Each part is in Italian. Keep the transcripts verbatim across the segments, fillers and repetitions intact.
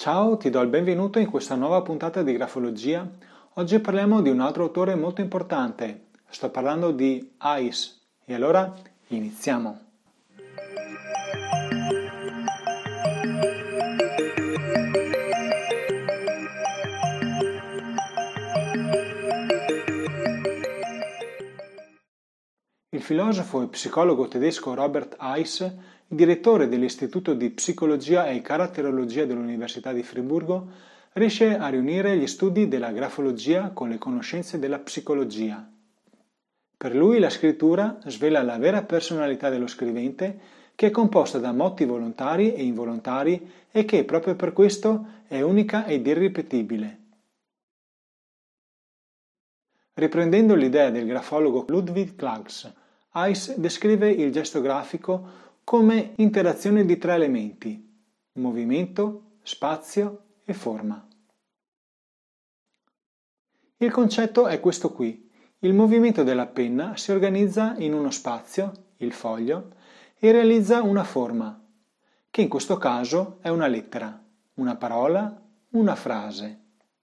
Ciao, ti do il benvenuto in questa nuova puntata di Grafologia. Oggi parliamo di un altro autore molto importante. Sto parlando di Ais. E allora iniziamo. Il filosofo e psicologo tedesco Robert Ais, direttore dell'Istituto di Psicologia e Caratterologia dell'Università di Friburgo, riesce a riunire gli studi della grafologia con le conoscenze della psicologia. Per lui la scrittura svela la vera personalità dello scrivente, che è composta da moti volontari e involontari e che, proprio per questo, è unica ed irripetibile. Riprendendo l'idea del grafologo Ludwig Klags, Ais descrive il gesto grafico come interazione di tre elementi: movimento, spazio e forma. Il concetto è questo qui. Il movimento della penna si organizza in uno spazio, il foglio, e realizza una forma, che in questo caso è una lettera, una parola, una frase.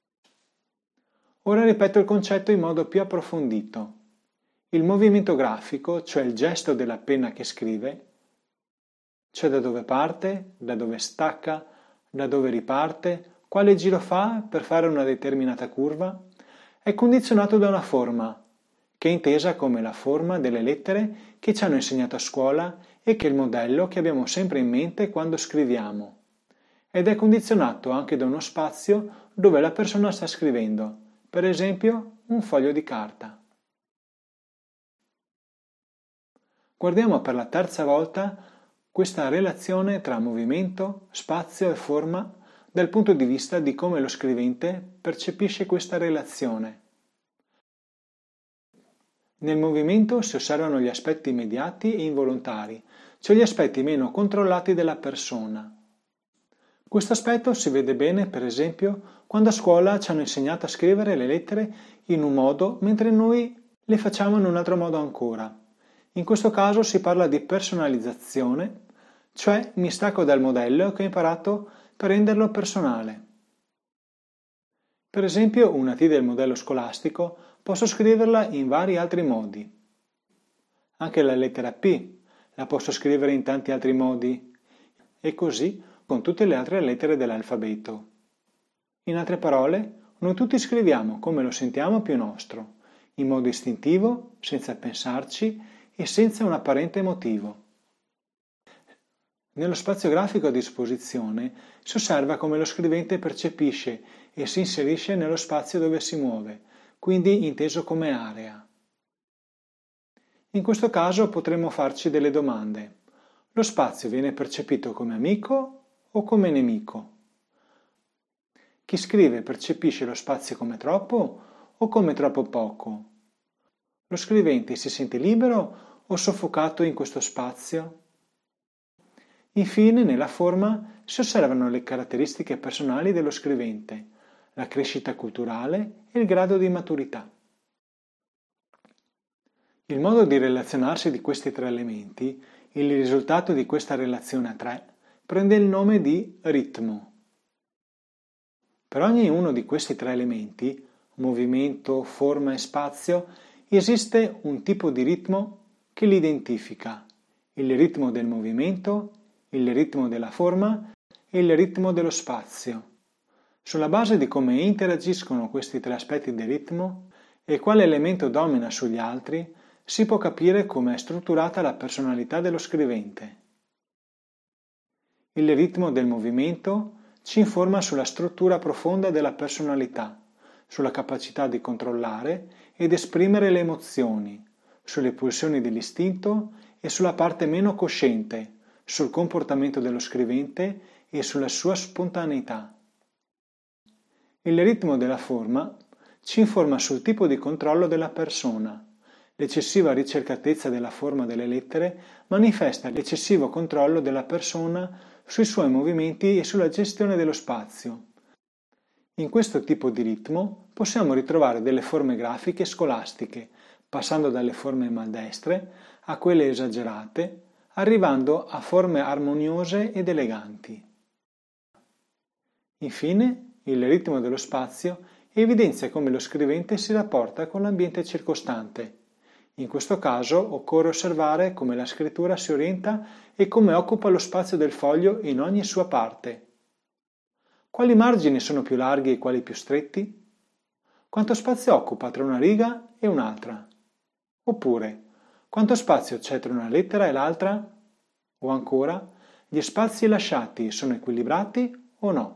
Ora ripeto il concetto in modo più approfondito. Il movimento grafico, cioè il gesto della penna che scrive, cioè da dove parte, da dove stacca, da dove riparte, quale giro fa per fare una determinata curva, è condizionato da una forma, che è intesa come la forma delle lettere che ci hanno insegnato a scuola e che è il modello che abbiamo sempre in mente quando scriviamo. Ed è condizionato anche da uno spazio dove la persona sta scrivendo, per esempio un foglio di carta. Guardiamo per la terza volta questa relazione tra movimento, spazio e forma dal punto di vista di come lo scrivente percepisce questa relazione. Nel movimento si osservano gli aspetti immediati e involontari, cioè gli aspetti meno controllati della persona. Questo aspetto si vede bene, per esempio, quando a scuola ci hanno insegnato a scrivere le lettere in un modo mentre noi le facciamo in un altro modo ancora. In questo caso si parla di personalizzazione, cioè mi stacco dal modello che ho imparato per renderlo personale. Per esempio, una T del modello scolastico posso scriverla in vari altri modi. Anche la lettera P la posso scrivere in tanti altri modi, e così con tutte le altre lettere dell'alfabeto. In altre parole, noi tutti scriviamo come lo sentiamo più nostro, in modo istintivo, senza pensarci e senza un apparente motivo. Nello spazio grafico a disposizione si osserva come lo scrivente percepisce e si inserisce nello spazio dove si muove, quindi inteso come area. In questo caso potremmo farci delle domande. Lo spazio viene percepito come amico o come nemico? Chi scrive percepisce lo spazio come troppo o come troppo poco? Lo scrivente si sente libero o soffocato in questo spazio? Infine, nella forma si osservano le caratteristiche personali dello scrivente, la crescita culturale e il grado di maturità. Il modo di relazionarsi di questi tre elementi, il risultato di questa relazione a tre, prende il nome di ritmo. Per ognuno di questi tre elementi, movimento, forma e spazio, esiste un tipo di ritmo che li identifica: il ritmo del movimento, il ritmo della forma e il ritmo dello spazio. Sulla base di come interagiscono questi tre aspetti del ritmo e quale elemento domina sugli altri, si può capire come è strutturata la personalità dello scrivente. Il ritmo del movimento ci informa sulla struttura profonda della personalità, sulla capacità di controllare ed esprimere le emozioni, sulle pulsioni dell'istinto e sulla parte meno cosciente, sul comportamento dello scrivente e sulla sua spontaneità. Il ritmo della forma ci informa sul tipo di controllo della persona. L'eccessiva ricercatezza della forma delle lettere manifesta l'eccessivo controllo della persona sui suoi movimenti e sulla gestione dello spazio. In questo tipo di ritmo possiamo ritrovare delle forme grafiche scolastiche, passando dalle forme maldestre a quelle esagerate, arrivando a forme armoniose ed eleganti. Infine, il ritmo dello spazio evidenzia come lo scrivente si rapporta con l'ambiente circostante. In questo caso occorre osservare come la scrittura si orienta e come occupa lo spazio del foglio in ogni sua parte. Quali margini sono più larghi e quali più stretti? Quanto spazio occupa tra una riga e un'altra? Oppure, quanto spazio c'è tra una lettera e l'altra? O ancora, gli spazi lasciati sono equilibrati o no?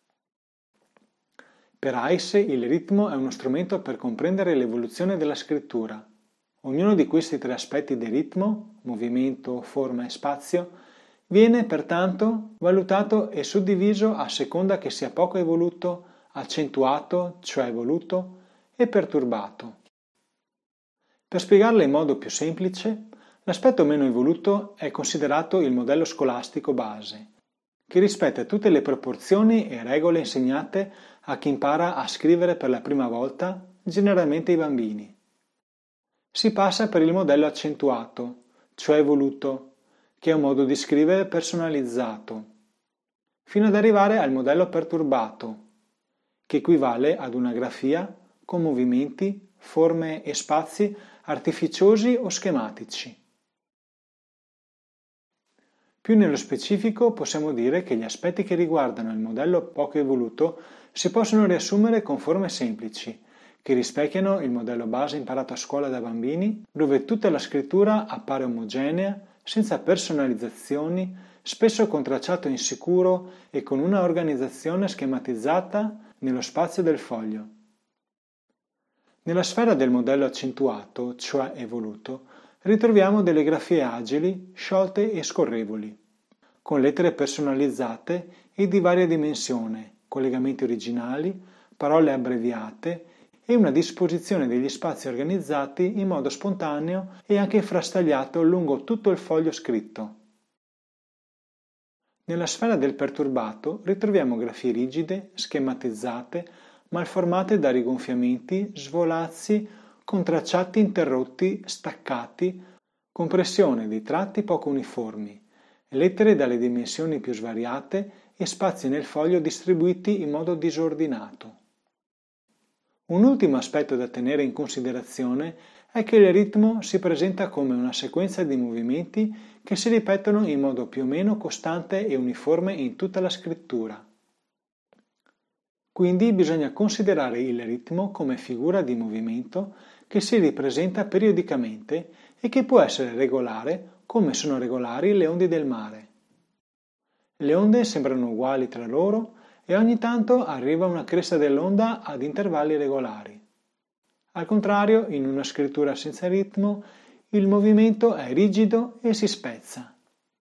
Per Heiss il ritmo è uno strumento per comprendere l'evoluzione della scrittura. Ognuno di questi tre aspetti del ritmo, movimento, forma e spazio, viene pertanto valutato e suddiviso a seconda che sia poco evoluto, accentuato, cioè evoluto, e perturbato. Per spiegarla in modo più semplice, l'aspetto meno evoluto è considerato il modello scolastico base, che rispetta tutte le proporzioni e regole insegnate a chi impara a scrivere per la prima volta, generalmente i bambini. Si passa per il modello accentuato, cioè evoluto, che è un modo di scrivere personalizzato, fino ad arrivare al modello perturbato, che equivale ad una grafia con movimenti, forme e spazi artificiosi o schematici. Più nello specifico possiamo dire che gli aspetti che riguardano il modello poco evoluto si possono riassumere con forme semplici, che rispecchiano il modello base imparato a scuola da bambini, dove tutta la scrittura appare omogenea, senza personalizzazioni, spesso con tracciato insicuro e con una organizzazione schematizzata nello spazio del foglio. Nella sfera del modello accentuato, cioè evoluto, ritroviamo delle grafie agili, sciolte e scorrevoli, con lettere personalizzate e di varia dimensione, collegamenti originali, parole abbreviate e una disposizione degli spazi organizzati in modo spontaneo e anche frastagliato lungo tutto il foglio scritto. Nella sfera del perturbato ritroviamo grafie rigide, schematizzate, malformate da rigonfiamenti, svolazzi, con tracciati interrotti, staccati, compressione di tratti poco uniformi, lettere dalle dimensioni più svariate e spazi nel foglio distribuiti in modo disordinato. Un ultimo aspetto da tenere in considerazione è che il ritmo si presenta come una sequenza di movimenti che si ripetono in modo più o meno costante e uniforme in tutta la scrittura. Quindi bisogna considerare il ritmo come figura di movimento che si ripresenta periodicamente e che può essere regolare come sono regolari le onde del mare. Le onde sembrano uguali tra loro e ogni tanto arriva una cresta dell'onda ad intervalli regolari. Al contrario, in una scrittura senza ritmo, il movimento è rigido e si spezza.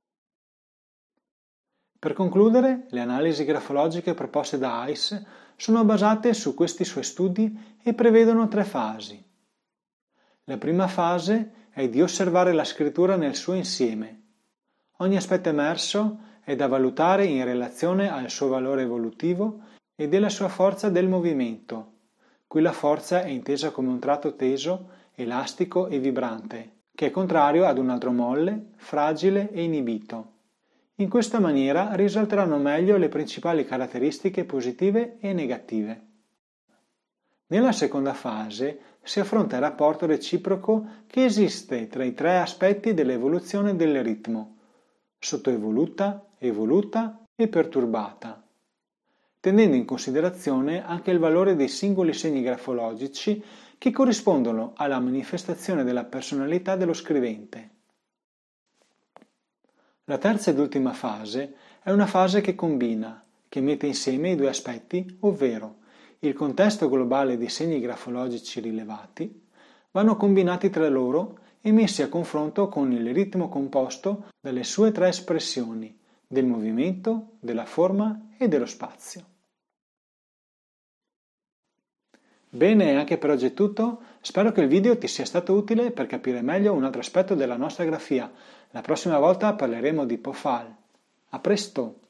Per concludere, le analisi grafologiche proposte da Heiss sono basate su questi suoi studi e prevedono tre fasi. La prima fase è di osservare la scrittura nel suo insieme. Ogni aspetto emerso è da valutare in relazione al suo valore evolutivo e della sua forza del movimento. Qui la forza è intesa come un tratto teso, elastico e vibrante, che è contrario ad un altro molle, fragile e inibito. In questa maniera risalteranno meglio le principali caratteristiche positive e negative. Nella seconda fase si affronta il rapporto reciproco che esiste tra i tre aspetti dell'evoluzione del ritmo: sottoevoluta, evoluta e perturbata, tenendo in considerazione anche il valore dei singoli segni grafologici che corrispondono alla manifestazione della personalità dello scrivente. La terza ed ultima fase è una fase che combina, che mette insieme i due aspetti, ovvero il contesto globale dei segni grafologici rilevati, vanno combinati tra loro e messi a confronto con il ritmo composto dalle sue tre espressioni, del movimento, della forma e dello spazio. Bene, anche per oggi è tutto. Spero che il video ti sia stato utile per capire meglio un altro aspetto della nostra grafia. La prossima volta parleremo di Poffal. A presto!